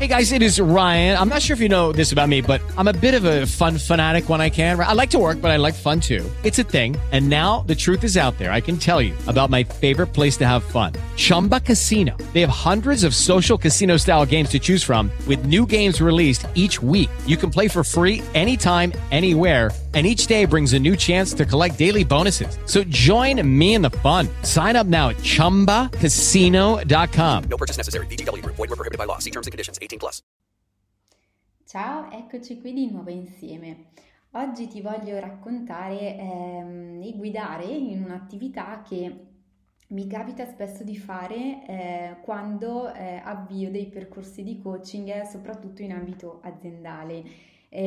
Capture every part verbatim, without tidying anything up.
Hey guys, it is Ryan. I'm not sure if you know this about me, but I'm a bit of a fun fanatic when I can. I like to work, but I like fun too. It's a thing. And now the truth is out there. I can tell you about my favorite place to have fun. Chumba Casino. They have hundreds of social casino style games to choose from with new games released each week. You can play for free anytime, anywhere. And each day brings a new chance to collect daily bonuses. So join me in the fun. Sign up now at chumba casino dot com. No purchase necessary. V G W Group. Void where prohibited by law. See terms and conditions. eighteen plus. Ciao, eccoci qui di nuovo insieme. Oggi ti voglio raccontare ehm, e guidare in un'attività che mi capita spesso di fare eh, quando eh, avvio dei percorsi di coaching, soprattutto in ambito aziendale.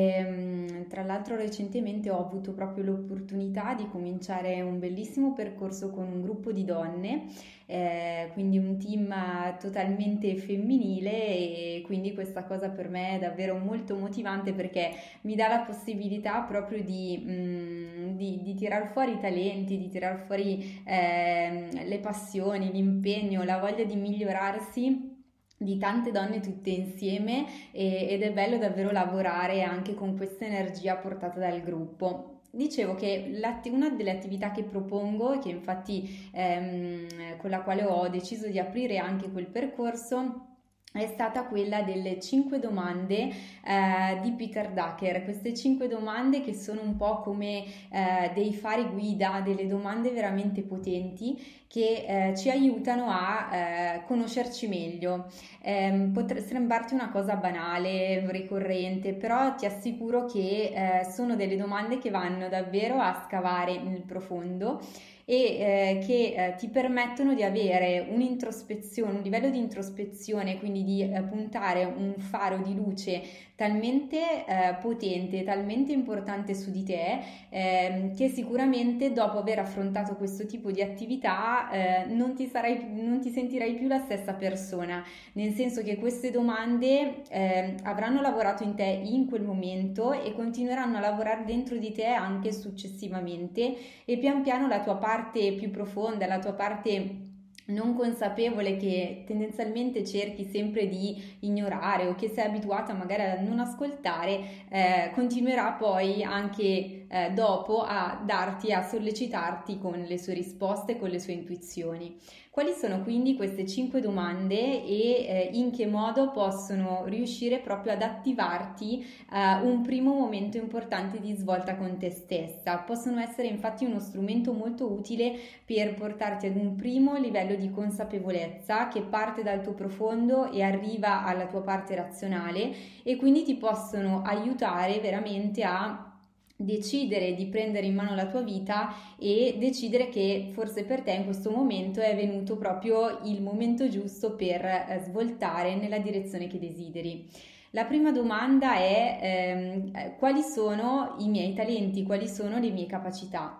E, tra l'altro recentemente ho avuto proprio l'opportunità di cominciare un bellissimo percorso con un gruppo di donne, eh, quindi un team totalmente femminile, e quindi questa cosa per me è davvero molto motivante perché mi dà la possibilità proprio di, mh, di, di tirar fuori i talenti, di tirar fuori eh, le passioni, l'impegno, la voglia di migliorarsi di tante donne tutte insieme, e, ed è bello davvero lavorare anche con questa energia portata dal gruppo. Dicevo che una delle attività che propongo, che infatti ehm, con la quale ho deciso di aprire anche quel percorso, è stata quella delle cinque domande eh, di Peter Drucker. Queste cinque domande che sono un po' come eh, dei fari guida, delle domande veramente potenti che eh, ci aiutano a eh, conoscerci meglio. Eh, potrebbe sembrarti una cosa banale, ricorrente, però ti assicuro che eh, sono delle domande che vanno davvero a scavare nel profondo e eh, che eh, ti permettono di avere un'introspezione, un livello di introspezione, quindi di eh, puntare un faro di luce talmente eh, potente, talmente importante su di te, eh, che sicuramente dopo aver affrontato questo tipo di attività eh, non ti sarai, non ti sentirai più la stessa persona, nel senso che queste domande eh, avranno lavorato in te in quel momento e continueranno a lavorare dentro di te anche successivamente, e pian piano la tua parte più profonda, la tua parte non consapevole, che tendenzialmente cerchi sempre di ignorare o che sei abituata magari a non ascoltare, eh, continuerà poi anche eh, dopo a darti, a sollecitarti con le sue risposte, con le sue intuizioni. Quali sono quindi queste cinque domande e eh, in che modo possono riuscire proprio ad attivarti eh, un primo momento importante di svolta con te stessa? Possono essere infatti uno strumento molto utile per portarti ad un primo livello di consapevolezza che parte dal tuo profondo e arriva alla tua parte razionale, e quindi ti possono aiutare veramente a decidere di prendere in mano la tua vita e decidere che forse per te in questo momento è venuto proprio il momento giusto per eh, svoltare nella direzione che desideri. La prima domanda è ehm, quali sono i miei talenti, quali sono le mie capacità?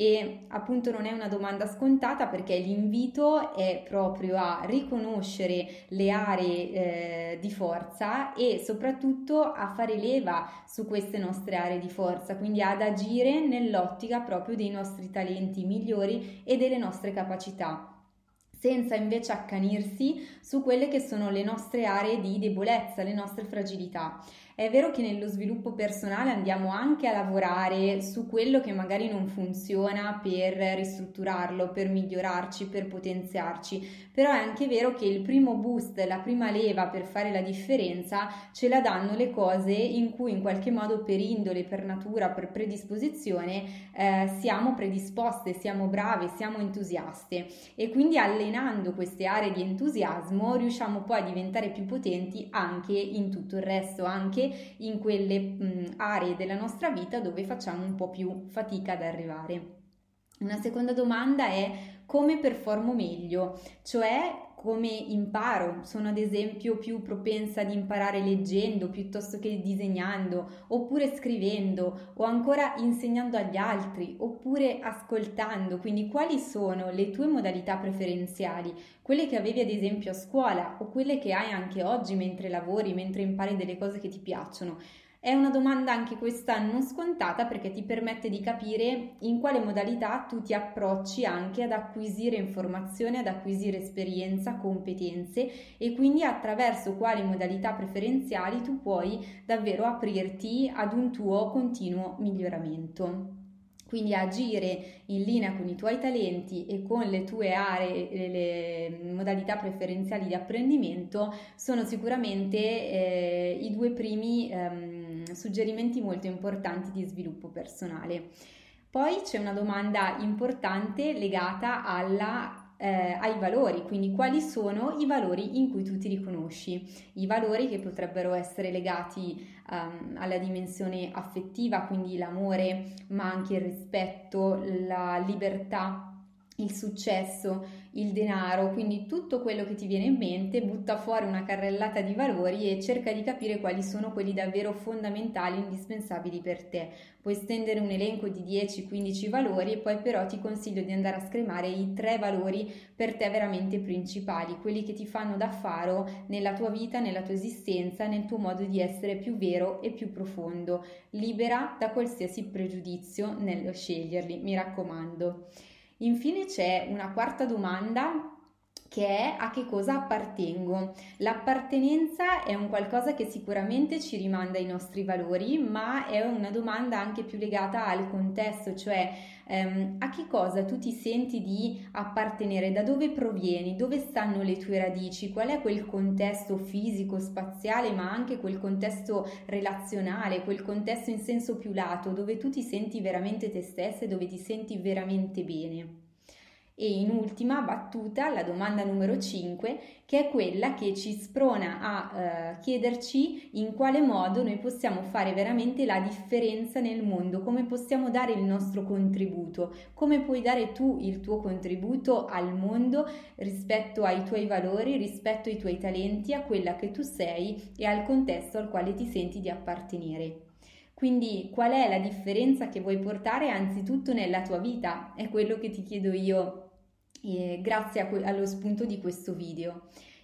E appunto non è una domanda scontata, perché l'invito è proprio a riconoscere le aree eh, di forza e soprattutto a fare leva su queste nostre aree di forza, quindi ad agire nell'ottica proprio dei nostri talenti migliori e delle nostre capacità, senza invece accanirsi su quelle che sono le nostre aree di debolezza, le nostre fragilità. È vero che nello sviluppo personale andiamo anche a lavorare su quello che magari non funziona per ristrutturarlo, per migliorarci, per potenziarci, però è anche vero che il primo boost, la prima leva per fare la differenza ce la danno le cose in cui in qualche modo per indole, per natura, per predisposizione eh, siamo predisposte, siamo brave, siamo entusiaste, e quindi allenando queste aree di entusiasmo riusciamo poi a diventare più potenti anche in tutto il resto, anche in quelle mh, aree della nostra vita dove facciamo un po' più fatica ad arrivare. Una seconda domanda è come performo meglio, cioè come imparo. Sono ad esempio più propensa ad imparare leggendo piuttosto che disegnando, oppure scrivendo, o ancora insegnando agli altri, oppure ascoltando. Quindi quali sono le tue modalità preferenziali, quelle che avevi ad esempio a scuola o quelle che hai anche oggi mentre lavori, mentre impari delle cose che ti piacciono? È una domanda anche questa non scontata perché ti permette di capire in quale modalità tu ti approcci anche ad acquisire informazione, ad acquisire esperienza, competenze e quindi attraverso quali modalità preferenziali tu puoi davvero aprirti ad un tuo continuo miglioramento. Quindi agire in linea con i tuoi talenti e con le tue aree, le, le modalità preferenziali di apprendimento sono sicuramente eh, i due primi ehm, suggerimenti molto importanti di sviluppo personale. Poi c'è una domanda importante legata alla Eh, ai valori, quindi quali sono i valori in cui tu ti riconosci, i valori che potrebbero essere legati um, alla dimensione affettiva, quindi l'amore, ma anche il rispetto, la libertà, il successo, il denaro, quindi tutto quello che ti viene in mente, butta fuori una carrellata di valori e cerca di capire quali sono quelli davvero fondamentali, indispensabili per te. Puoi stendere un elenco di dieci quindici valori e poi però ti consiglio di andare a scremare i tre valori per te veramente principali, quelli che ti fanno da faro nella tua vita, nella tua esistenza, nel tuo modo di essere più vero e più profondo, libera da qualsiasi pregiudizio nello sceglierli, mi raccomando. Infine c'è una quarta domanda che è: a che cosa appartengo? L'appartenenza è un qualcosa che sicuramente ci rimanda ai nostri valori, ma è una domanda anche più legata al contesto, cioè ehm, a che cosa tu ti senti di appartenere, da dove provieni, dove stanno le tue radici, qual è quel contesto fisico, spaziale, ma anche quel contesto relazionale, quel contesto in senso più lato, dove tu ti senti veramente te stessa e dove ti senti veramente bene. E in ultima battuta la domanda numero cinque, che è quella che ci sprona a eh, chiederci in quale modo noi possiamo fare veramente la differenza nel mondo, come possiamo dare il nostro contributo, come puoi dare tu il tuo contributo al mondo rispetto ai tuoi valori, rispetto ai tuoi talenti, a quella che tu sei e al contesto al quale ti senti di appartenere. Quindi qual è la differenza che vuoi portare anzitutto nella tua vita? È quello che ti chiedo io eh, grazie a que- allo spunto di questo video.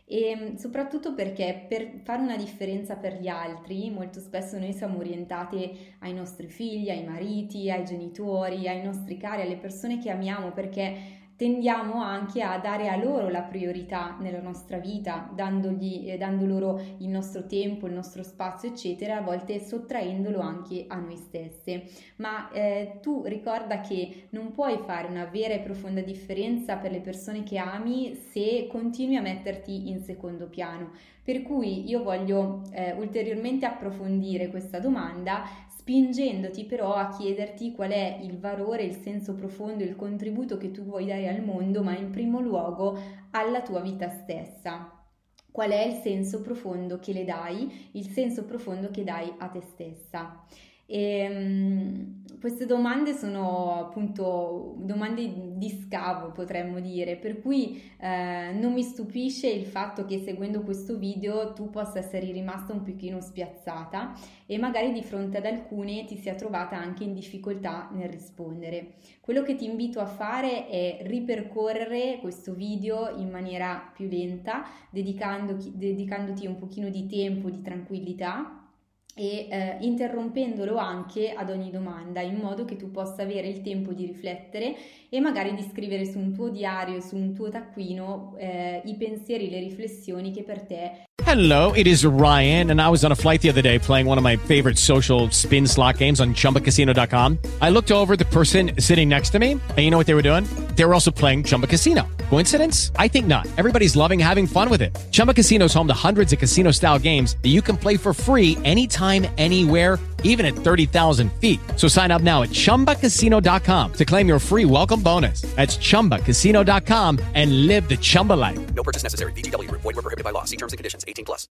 E soprattutto perché per fare una differenza per gli altri molto spesso noi siamo orientate ai nostri figli, ai mariti, ai genitori, ai nostri cari, alle persone che amiamo, perché tendiamo anche a dare a loro la priorità nella nostra vita, dandogli, eh, dando loro il nostro tempo, il nostro spazio, eccetera, a volte sottraendolo anche a noi stesse. Ma eh, tu ricorda che non puoi fare una vera e profonda differenza per le persone che ami se continui a metterti in secondo piano. Per cui io voglio eh, ulteriormente approfondire questa domanda, spingendoti però a chiederti qual è il valore, il senso profondo, il contributo che tu vuoi dare al mondo, ma in primo luogo alla tua vita stessa. Qual è il senso profondo che le dai, il senso profondo che dai a te stessa? E, um, queste domande sono appunto domande di scavo, potremmo dire, per cui eh, non mi stupisce il fatto che seguendo questo video tu possa essere rimasta un pochino spiazzata e magari di fronte ad alcune ti sia trovata anche in difficoltà nel rispondere. Quello che ti invito a fare è ripercorrere questo video in maniera più lenta, dedicando, dedicandoti un pochino di tempo, di tranquillità, e eh, interrompendolo anche ad ogni domanda, in modo che tu possa avere il tempo di riflettere e magari di scrivere su un tuo diario, su un tuo taccuino eh, i pensieri, le riflessioni che per te. Hello, it is Ryan, and I was on a flight the other day playing one of my favorite social spin slot games on Chumba Casino dot com. I looked over at the person sitting next to me, and you know what they were doing? They were also playing Chumba Casino. Coincidence? I think not. Everybody's loving having fun with it. Chumba Casino is home to hundreds of casino-style games that you can play for free anytime, anywhere, even at thirty thousand feet. So sign up now at Chumba Casino dot com to claim your free welcome bonus. That's Chumba Casino dot com and live the Chumba life. No purchase necessary. V G W. Void where prohibited by law. See terms and conditions. eighteen plus.